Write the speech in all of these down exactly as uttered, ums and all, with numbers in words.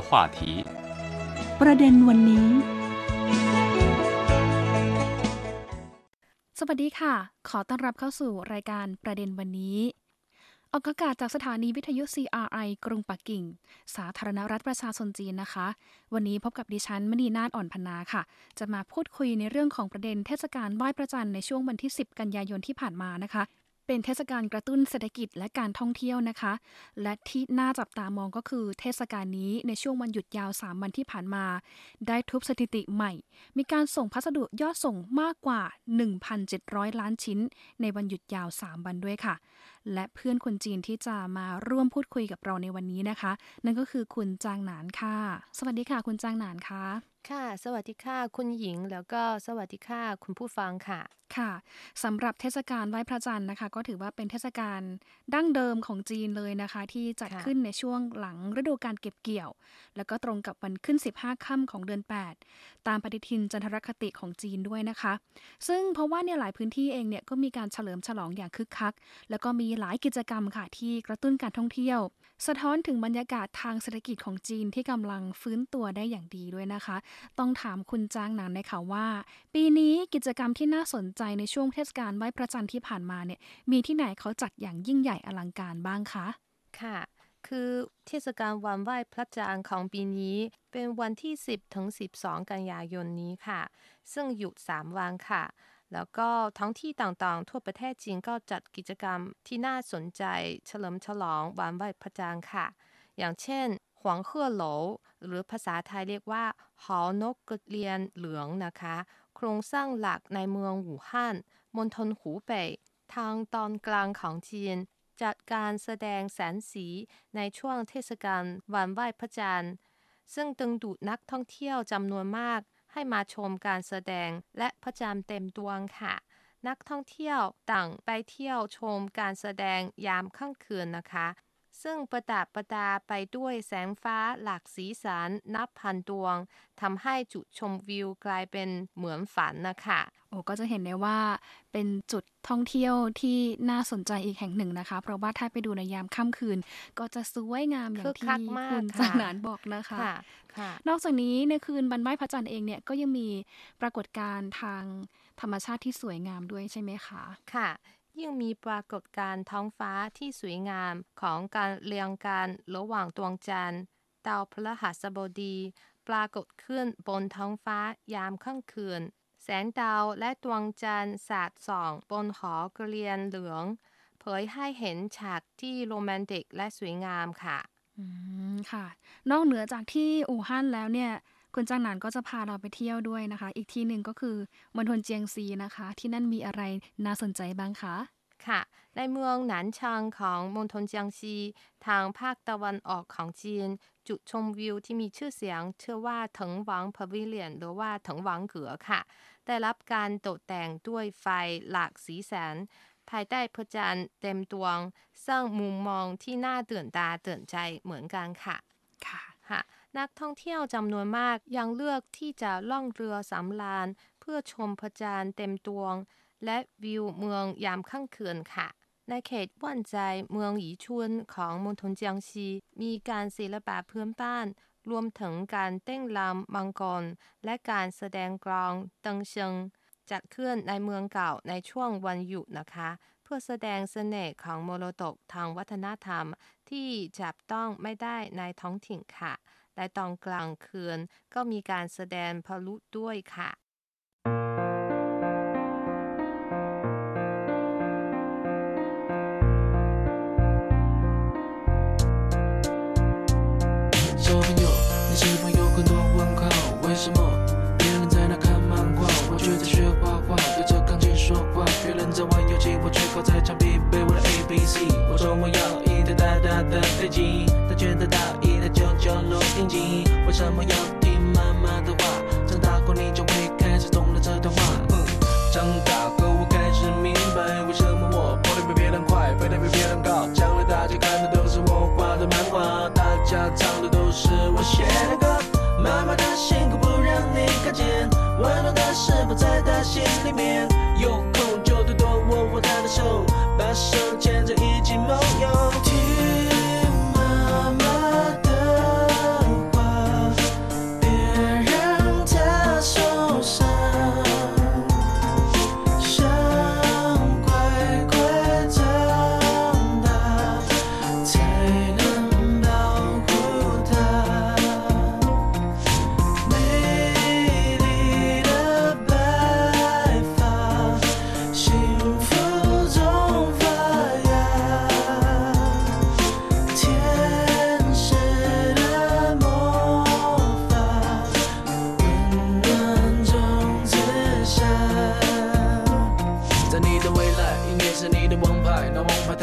话题ประเด็นวันนี้สวัสดีค่ะขอต้อนรับเข้าสู่รายการประเด็นวันนี้ออกอากาศจากสถานีวิทยุ ซี อาร์ ไอ กรุงปักกิ่งสาธารณรัฐประชาชนจีนนะคะวันนี้พบกับดิฉันมณีนาฏอ่อนพนาค่ะจะมาพูดคุยในเรื่องของประเด็นเทศกาลไหว้พระจันทร์ในช่วงวันที่สิบกันยายนที่ผ่านมานะคะเป็นเทศกาลกระตุ้นเศรษฐกิจและการท่องเที่ยวนะคะและที่น่าจับตามองก็คือเทศกาลนี้ในช่วงวันหยุดยาวสามวันที่ผ่านมาได้ทุบสถิติใหม่มีการส่งพัสดุยอดส่งมากกว่า หนึ่งพันเจ็ดร้อย ล้านชิ้นในวันหยุดยาวสามวันด้วยค่ะและเพื่อนคนจีนที่จะมาร่วมพูดคุยกับเราในวันนี้นะคะนั่นก็คือคุณจางหนานค่ะสวัสดีค่ะคุณจางหนานค่ะค่ะสวัสดีค่ะคุณหญิงแล้วก็สวัสดีค่ะคุณผู้ฟังค่ะค่ะสำหรับเทศกาลไหว้พระจันทร์นะคะก็ถือว่าเป็นเทศกาลดั้งเดิมของจีนเลยนะคะที่จัดขึ้นในช่วงหลังฤดูกาลเก็บเกี่ยวแล้วก็ตรงกับวันขึ้นสิบห้าค่ำของเดือนแปดตามปฏิทินจันทรคติของจีนด้วยนะคะซึ่งเพราะว่าเนี่ยหลายพื้นที่เองเนี่ยก็มีการเฉลิมฉลองอย่างคึกคักแล้วก็มีหลายกิจกรรมค่ะที่กระตุ้นการท่องเที่ยวสะท้อนถึงบรรยากาศทางเศรษฐกิจของจีนที่กำลังฟื้นตัวได้อย่างดีด้วยนะคะต้องถามคุณจางหนานเลยค่ะว่าปีนี้กิจกรรมที่น่าสนใจในช่วงเทศกาลไหว้พระจันทร์ที่ผ่านมาเนี่ยมีที่ไหนเขาจัดอย่างยิ่งใหญ่อลังการบ้างคะค่ะคือเทศกาลวันไหว้พระจันทร์ของปีนี้เป็นวันที่สิบถึงสิบสองกันยายนนี้ค่ะซึ่งหยุดสามวันค่ะแล้วก็ท้องที่ต่างๆทั่วประเทศจีนก็จัดกิจกรรมที่น่าสนใจเฉลิมฉลองวันไหว้พระจันทร์ค่ะอย่างเช่นหวงเฮ่อโหลหรือภาษาไทยเรียกว่าหอนกกระเรียนเหลืองนะคะโครงสร้างหลักในเมืองอู่ฮั่นมณฑลหูเป่ยทางตอนกลางของจีนจัดการแสดงแสงสีในช่วงเทศกาลวันไหว้พระจันทร์ซึ่งดึงดูดนักท่องเที่ยวจำนวนมากให้มาชมการแสดงและพระจันทร์เต็มดวงค่ะนักท่องเที่ยวต่างไปเที่ยวชมการแสดงยามค่ำคืนนะคะซึ่งประดับประดาไปด้วยแสงฟ้าหลากสีสันนับพันดวงทำให้จุดชมวิวกลายเป็นเหมือนฝันนะคะโอ้ก็จะเห็นได้ว่าเป็นจุดท่องเที่ยวที่น่าสนใจอีกแห่งหนึ่งนะคะเพราะว่าถ้าไปดูในยามค่ำคืนก็จะสวยงามอย่างที่คุณจางหนานบอกนะคะนอกจากนี้ในคืนวันไหว้พระจันทร์เองเนี่ยก็ยังมีปรากฏการณ์ทางธรรมชาติที่สวยงามด้วยใช่ไหมคะค่ะยิ่งมีปรากฏการณ์ท้องฟ้าที่สวยงามของการเรียงกันระหว่างดวงจันทร์ดาวพฤหัสบดีปรากฏขึ้นบนท้องฟ้ายามค่ำคืนแสงดาวและดวงจันทร์สาดส่องบนหอกระเรียนเหลืองเผยให้เห็นฉากที่โรแมนติกและสวยงามค่ะอืมค่ะนอกเหนือจากที่อู่ฮั่นแล้วเนี่ยคุณจางหนานก็จะพาเราไปเที่ยวด้วยนะคะอีกที่หนึ่งก็คือมณฑลเจียงซีนะคะที่นั่นมีอะไรน่าสนใจบ้างคะค่ะในเมืองหนานชางของมณฑลเจียงซีทางภาคตะวันออกของจีนจุดชมวิวที่มีชื่อเสียงชื่อว่าเถิงหวังพาวิเลียนหรือว่าเถิงหวังเก๋อค่ะได้รับการตกแต่งด้วยไฟหลากสีสันภายใต้พระจันทร์เต็มดวงสร้างมุมมองที่น่าตื่นตาตื่นใจเหมือนกันค่ะค่ะนักท่องเที่ยวจำนวนมากยังเลือกที่จะล่องเรือสำราญเพื่อชมพระจันทร์เต็มดวงและวิวเมืองยามค่ำคืนค่ะในเขตว่านใจเมืองหยีชุนของมณฑลเจียงซีมีการศิลปะพื้นบ้านรวมถึงการเต้นรำมังกรและการแสดงกลองเติงเซิงจัดขึ้นในเมืองเก่าในช่วงวันหยุดนะคะเพื่อแสดงเสน่ห์ของมรดกทางวัฒนธรรมที่จับต้องไม่ได้ในท้องถิ่นค่ะและตอนกลางคืนก็มีการแสดงพลุด้วยค่ะ小朋友，你是否有很多问号？为什么别人在那看漫画，我却在学画画，对着钢琴说话？别人在玩游戏，我却靠在墙壁背我的 A B C。我说我要一台大大的飞机，他觉得大一台九九录音机。为什么要听妈妈的话？长大后你就会开始懂了这段话。嗯，长大后我开始明白，为什么我跑得比别人快，飞得比别人高。将来大家看的都是我画的漫画，大家唱的都是我写的歌。妈妈的辛苦不让你看见，温暖的是否在她心里面？有空就多多握握她的手，把手牵着一起梦游。听妈妈的话，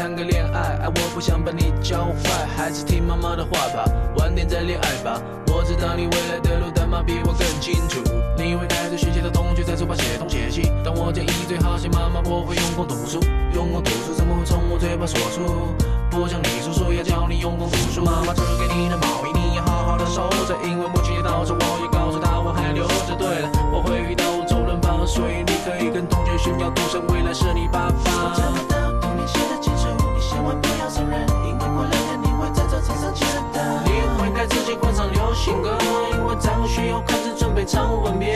谈个恋爱，爱我不想把你教坏，还是听妈妈的话吧，晚点再恋爱吧。我知道你未来的路，但妈比我更清楚。你会带着学习的同学在书包写东写西，但我建议最好写妈妈我会用功读书，用功读书怎么会从我嘴巴说出？不像你叔叔要教你用功读书，妈妈织给你的毛衣你要好好的收着，因为母亲节到时我也告诉她我还留着。对了，我会遇到周润发，所以你可以跟同学炫耀赌神未来是你爸爸。我找不到童年写的清楚，你千万不要承认，因为过两天你会在这场上见到。你会带自己换上流行歌，因为张学友开始准备唱吻别。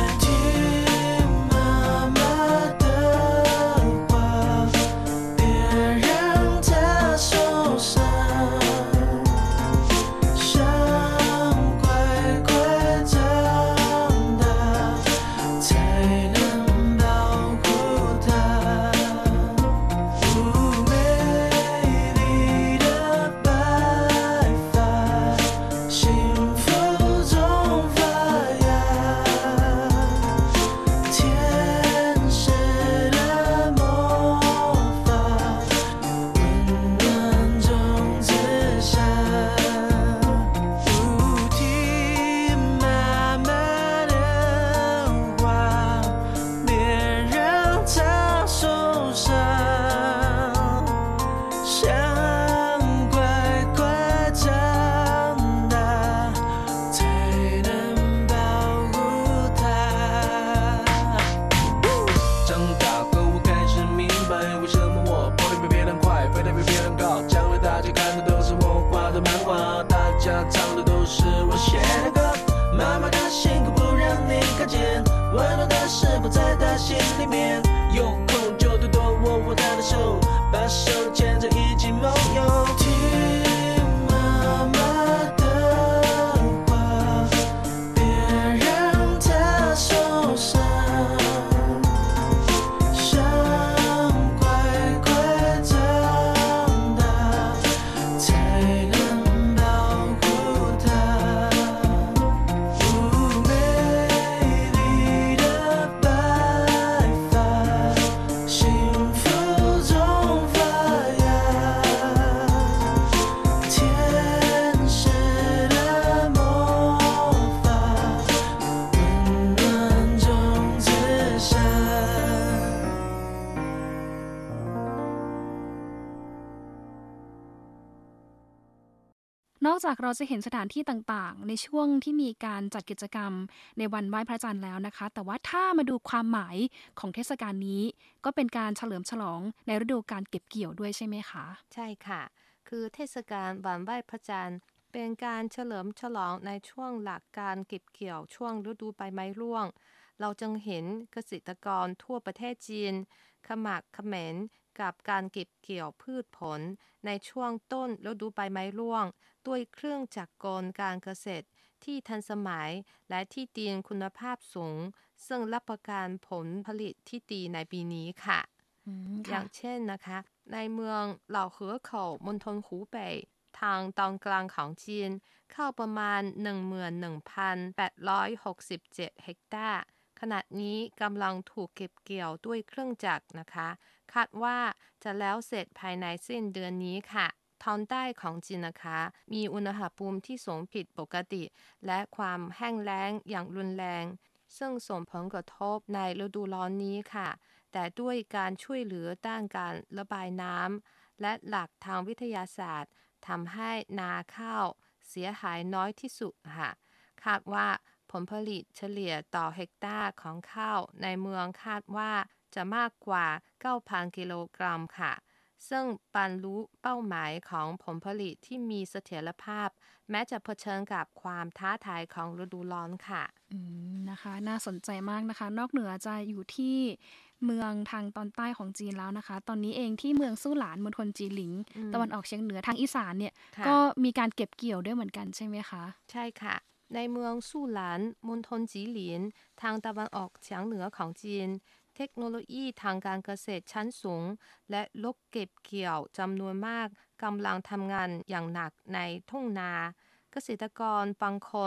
นอกจากเราจะเห็นสถานที่ต่างๆในช่วงที่มีการจัดกิจกรรมในวันไหว้พระจันทร์แล้วนะคะแต่ว่าถ้ามาดูความหมายของเทศกาลนี้ก็เป็นการเฉลิมฉลองในฤดูการเก็บเกี่ยวด้วยใช่ไหมคะใช่ค่ะคือเทศกาลวันไหว้พระจันทร์เป็นการเฉลิมฉลองในช่วงหลักการเก็บเกี่ยวช่วงฤดูใบไม้ร่วงเราจึงเห็นเกษตรกรทั่วประเทศจีนขมักเขม้นกับการเก็บเกี่ยวพืชผลในช่วงต้นฤดูใบไม้ร่วงด้วยเครื่องจักรกลการเกษตรที่ทันสมัยและที่ดินคุณภาพสูงซึ่งรับประกันผลผลิตที่ดีในปีนี้ค่ะอ, อย่างเช่นนะคะในเมืองเหล่าเหอเข่ามณฑลหูเป่ยทางตอนกลางของจีนเข้าประมาณ หนึ่งหมื่นหนึ่งพันแปดร้อยหกสิบเจ็ด เฮกตาร์ขณะนี้กำลังถูกเก็บเกี่ยวด้วยเครื่องจักรนะคะคาดว่าจะแล้วเสร็จภายในสิ้นเดือนนี้ค่ะตอนใต้ของจีนนะคะมีอุณหภูมิที่สูงผิดปกติและความแห้งแล้งอย่างรุนแรงซึ่งส่งผลกระทบในฤดูร้อนนี้ค่ะแต่ด้วยการช่วยเหลือด้านการระบายน้ำและหลักทางวิทยาศาสตร์ทำให้นาข้าวเสียหายน้อยที่สุดค่ะคาดว่าผลผลิตเฉลี่ยต่อเฮกตาร์ของข้าวในเมืองคาดว่าจะมากกว่า เก้าพัน กิโลกรัมค่ะซึ่งบรรลุเป้าหมายของผลผลิตที่มีเสถียรภาพแม้จะเผชิญกับความท้าทายของฤดูร้อนค่ะอืมนะคะน่าสนใจมากนะคะนอกเหนือจะอยู่ที่เมืองทางตอนใต้ของจีนแล้วนะคะตอนนี้เองที่เมืองสู้หลานมณฑลจีหลิงตะวันออกเฉียงเหนือทางอีสานเนี่ยก็มีการเก็บเกี่ยวด้วยเหมือนกันใช่ไหมคะใช่ค่ะในเมืองสู้หลานมณฑลจีหลินทางตะวันออกเฉียงเหนือของจีนเทคโนโลยีทางการเกษตรชั้นสูงและรถเก็บเกี่ยวจำนวนมากกำลังทำงานอย่างหนักในทุ่งนาเกษตรกรบางคน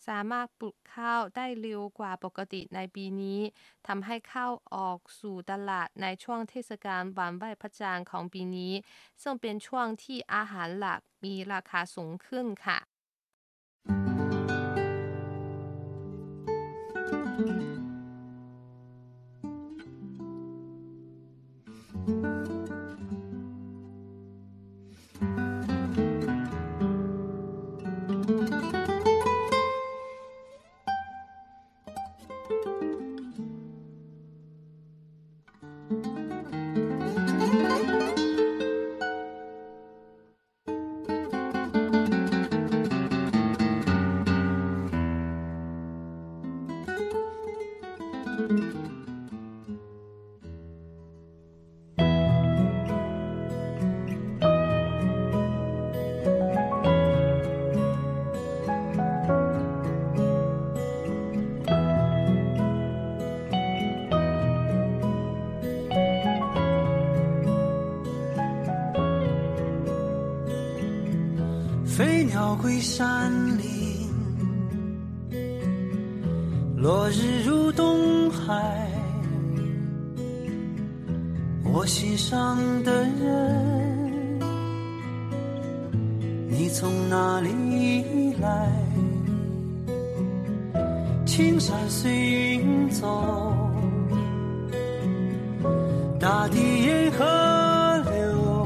สามารถปลูกข้าวได้เร็วกว่าปกติในปีนี้ทำให้ข้าวออกสู่ตลาดในช่วงเทศกาลวันไหว้พระจันทร์ของปีนี้ซึ่งเป็นช่วงที่อาหารหลักมีราคาสูงขึ้นค่ะ飞鸟归山林，落日入东海。我心上的人，你从哪里来？青山随云走，大地沿河流，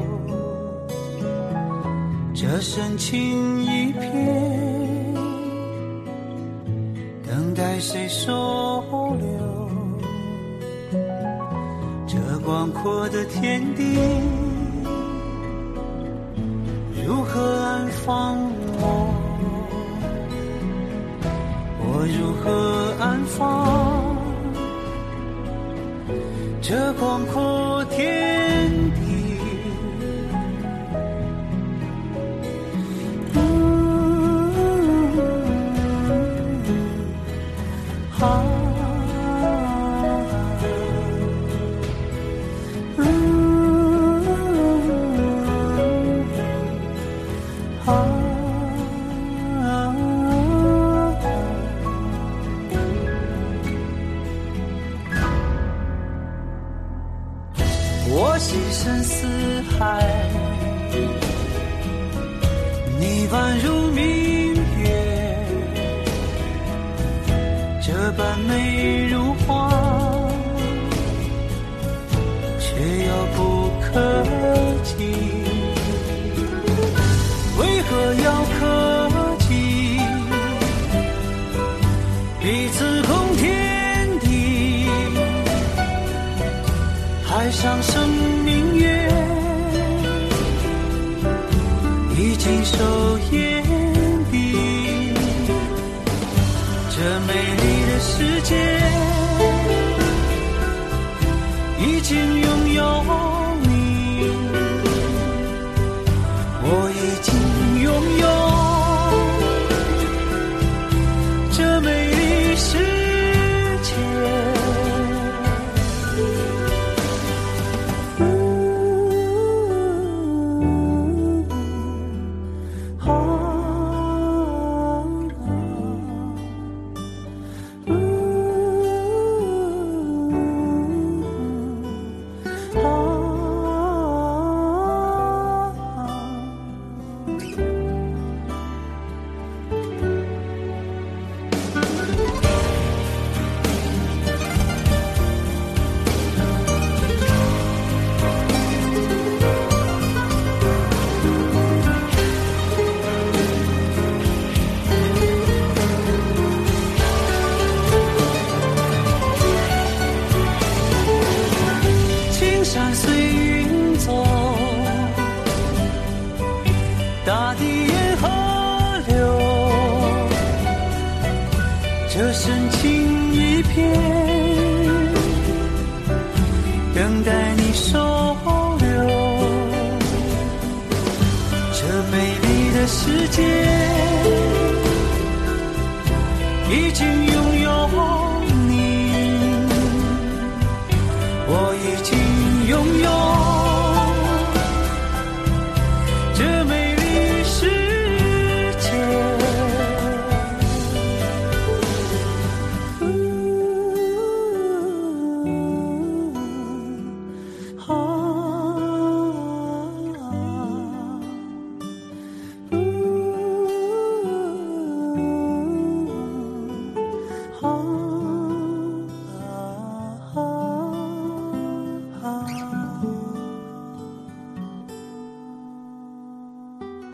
这深情一片，等待谁收留？这广阔的天地，如何安放我？我如何安放这广阔天地？啊我心深似海，你宛如明月，这般美如画，却遥不可及。为何要客气？彼此共天地，海上生明月，已经收眼底。这美丽的世界，已经拥有你，我已经拥有这美丽世界。山随云走，大地沿河流，这深情一片，等待你收留。这美丽的世界，已经拥有你，我已经拥有这美丽世界。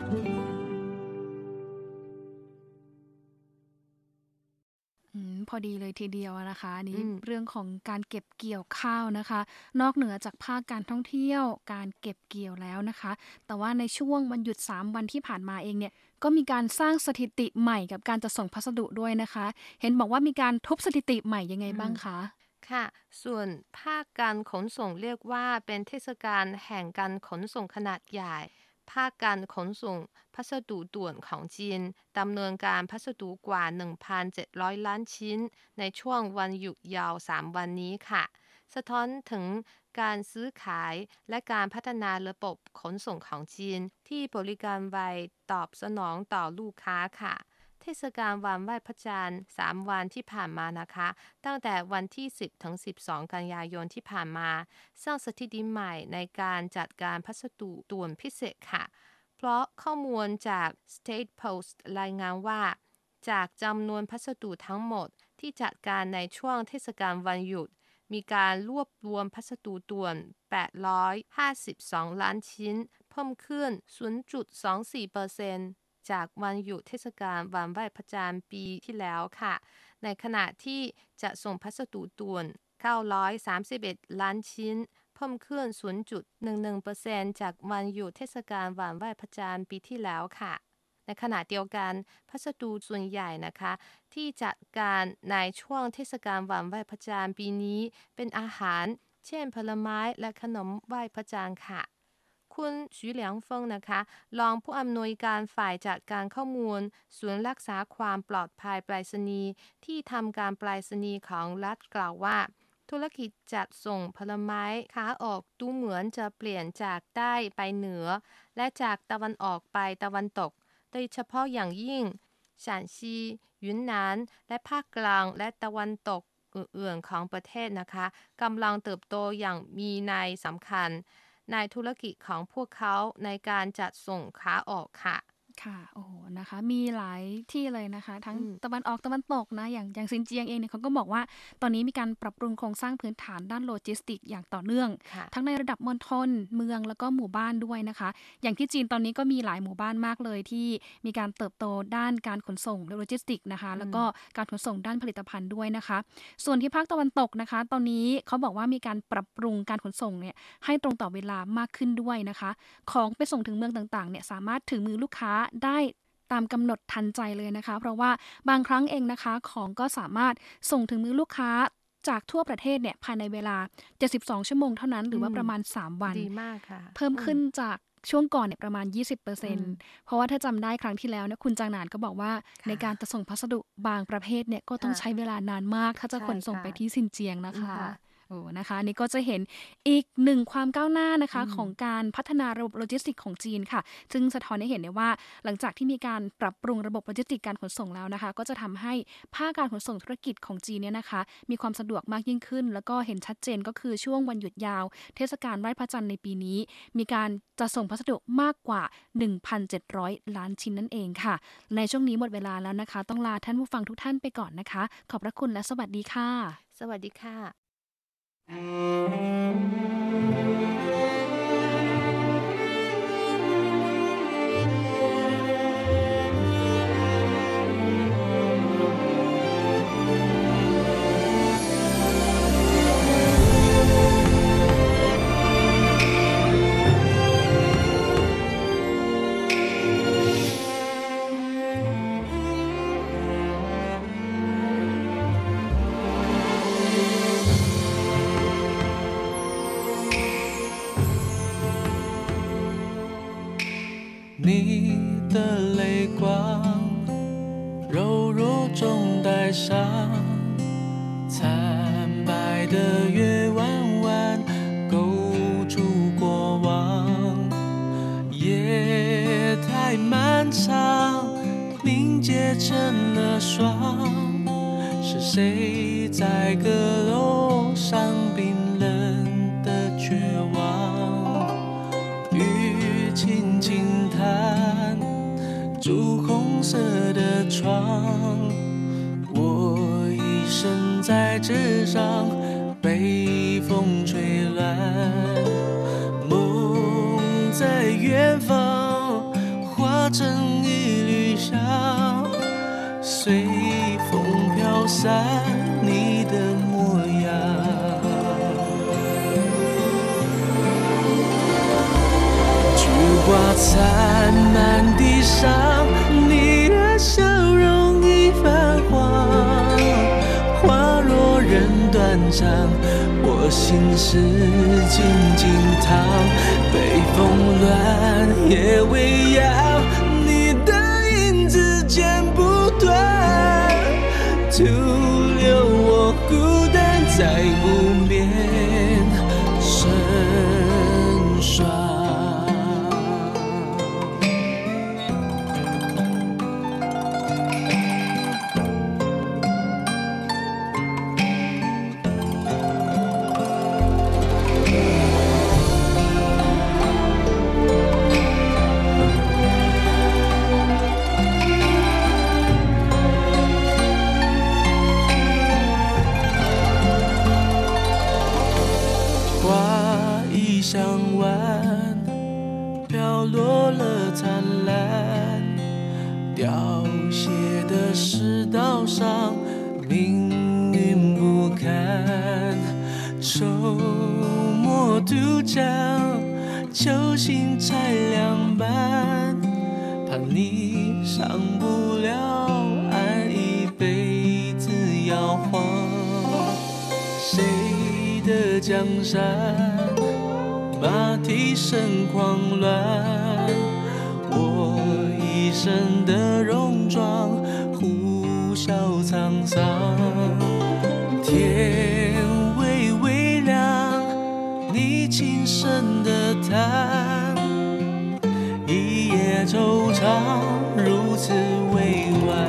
พอดีเลยทีเดียวนะคะอันนี้อืมเรื่องของการเก็บเกี่ยวข้าวนะคะ นอกเหนือจากภาคการท่องเที่ยวการเก็บเกี่ยวแล้วนะคะ แต่ว่าในช่วงวันหยุดสามวันที่ผ่านมาเองเนี่ยก็มีการสร้างสถิติใหม่กับการจัดส่งพัสดุด้วยนะคะ เห็นบอกว่ามีการทุบสถิติใหม่ยังไงบ้างคะค่ะ ส่วนภาคการขนส่งเรียกว่าเป็นเทศกาลแห่งการขนส่งขนาดใหญ่ภาคการขนส่งพัสดุด่วนของจีนดำเนินการพัสดุกว่า หนึ่งพันเจ็ดร้อย ล้านชิ้นในช่วงวันหยุดยาวสามวันนี้ค่ะสะท้อนถึงการซื้อขายและการพัฒนาระบบขนส่งของจีนที่บริการไวตอบสนองต่อลูกค้าค่ะเทศกาลวันไหว้พระจันทร์สามวันที่ผ่านมานะคะตั้งแต่วันที่สิบถึงสิบสองกันยายนที่ผ่านมาสร้างสถิติใหม่ในการจัดการพัสดุด่วนพิเศษค่ะเพราะข้อมูลจาก State Post รายงานว่าจากจำนวนพัสดุทั้งหมดที่จัดการในช่วงเทศกาลวันหยุดมีการรวบรวมพัสดุด่วนแปดร้อยห้าสิบสองล้านชิ้นเพิ่มขึ้น ศูนย์จุดสองสี่เปอร์เซ็นต์ จากวันหยุดเทศกาลวันไหว้พระจันทร์ปีที่แล้วค่ะในขณะที่จะส่งพัสดุด่วนเก้าร้อยสามสิบเอ็ดล้านชิ้นเพิ่มขึ้น ศูนย์จุดหนึ่งหนึ่งเปอร์เซ็นต์ จากวันหยุดเทศกาลวันไหว้พระจันทร์ปีที่แล้วค่ะในขณะเดียวกันพัสดุส่วนใหญ่นะคะที่จัดการในช่วงเทศกาลวันไหว้พระจันทร์ปีนี้เป็นอาหารเช่นผลไม้และขนมไหว้พระจันทร์ค่ะคุณ徐良峰นะคะรองผู้อำนวยการฝ่ายจัดการข้อมูลศูนย์รักษาความปลอดภัยไปรษณีย์ที่ทำการไปรษณีย์ของรัฐกล่าวว่าธุรกิจจัดส่งผลไม้ขาออกดูเหมือนจะเปลี่ยนจากใต้ไปเหนือและจากตะวันออกไปตะวันตกโดยเฉพาะอย่างยิ่งฉานซีหยุนนานและภาคกลางและตะวันตกอื่นๆของประเทศนะคะกำลังเติบโตอย่างมีนัยสำคัญในธุรกิจของพวกเขาในการจัดส่งขาออกค่ะค่ะโอ้โหนะคะมีหลายที่เลยนะคะทั้งตะวันออกตะวันตกนะอย่างอย่างซินเจียงเองเนี่ยเขาก็บอกว่าตอนนี้มีการปรับปรุงโครงสร้างพื้นฐานด้านโลจิสติกอย่างต่อเนื่องทั้งในระดับมณฑลเมืองแล้วก็หมู่บ้านด้วยนะคะอย่างที่จีนตอนนี้ก็มีหลายหมู่บ้านมากเลยที่มีการเติบโตด้านการขนส่งโลจิสติกนะคะแล้วก็การขนส่งด้านผลิตภัณฑ์ด้วยนะคะส่วนที่ภาคตะวันตกนะคะตอนนี้เขาบอกว่ามีการปรับปรุงการขนส่งเนี่ยให้ตรงต่อเวลามากขึ้นด้วยนะคะของไปส่งถึงเมืองต่างๆเนี่ยสามารถถึงมือลูกค้าได้ตามกำหนดทันใจเลยนะคะเพราะว่าบางครั้งเองนะคะของก็สามารถส่งถึงมือลูกค้าจากทั่วประเทศเนี่ยภายในเวลาเจ็ดสิบสองชั่วโมงเท่านั้นหรือว่าประมาณสามวันดีมากค่ะเพิ่มขึ้นจากช่วงก่อนเนี่ยประมาณ ยี่สิบเปอร์เซ็นต์ เพราะว่าถ้าจำได้ครั้งที่แล้วเนี่ยคุณจางหนานก็บอกว่าในการจะส่งพัสดุบางประเภทเนี่ยก็ต้องใช้เวลานานมากถ้าจะขนส่งไปที่ซินเจียงนะคะโอ้นะคะนี่ก็จะเห็นอีกหนึ่งความก้าวหน้านะคะของการพัฒนาระบบโลจิสติกของจีนค่ะซึ่งสะท้อนให้เห็นได้ว่าหลังจากที่มีการปรับปรุงระบบโลจิสติกการขนส่งแล้วนะคะก็จะทำให้ภาคการขนส่งธุรกิจของจีนเนี่ยนะคะมีความสะดวกมากยิ่งขึ้นแล้วก็เห็นชัดเจนก็คือช่วงวันหยุดยาวเทศกาลไหว้พระจันทร์ในปีนี้มีการจะส่งพัสดุมากกว่า หนึ่งพันเจ็ดร้อย ล้านชิ้นนั่นเองค่ะในช่วงนี้หมดเวลาแล้วนะคะต้องลาท่านผู้ฟังทุกท่านไปก่อนนะคะขอบพระคุณและสวัสดีค่ะสวัสดีค่ะ你的泪光柔弱中带伤惨白的月弯弯勾住过往夜太漫长凝结成了霜是谁在阁楼上冰冷的绝望雨轻轻弹朱红色的窗我一身在纸上被风吹乱梦在远方花化成一缕香，随风飘散你的模样。菊花残满地上，你的笑容已泛黄。花若人断肠，我心事静静躺。北风乱，夜未央，你的影子剪不断，徒留我孤单在湖面成双。向晚飘落了灿烂，凋谢的世道上命运不堪。周末渡江，球星拆两半，怕你上不了岸，一辈子摇晃。谁的江山？马蹄声狂乱，我一生的戎装，呼啸沧桑。天微微亮，你轻声的叹，一夜惆怅，如此委婉。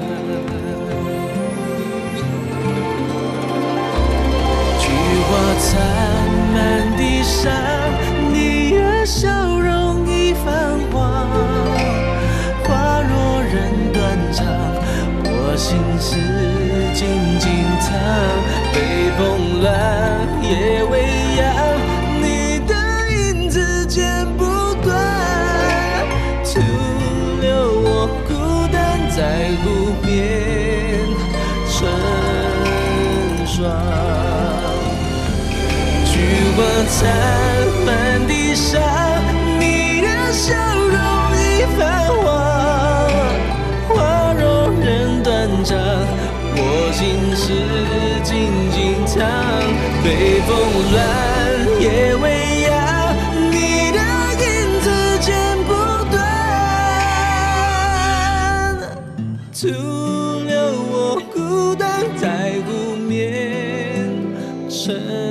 菊花残满地上，你的笑容已泛黄。花若人断肠，我心事静静藏。北风乱，夜未央，你的影子剪不断，徒留我孤单在湖边成双。菊花残满地上，你的笑容已泛黄。花若人断肠，我心事静静藏。北风乱，夜未央，你的影子剪不断，徒留我孤单在湖面成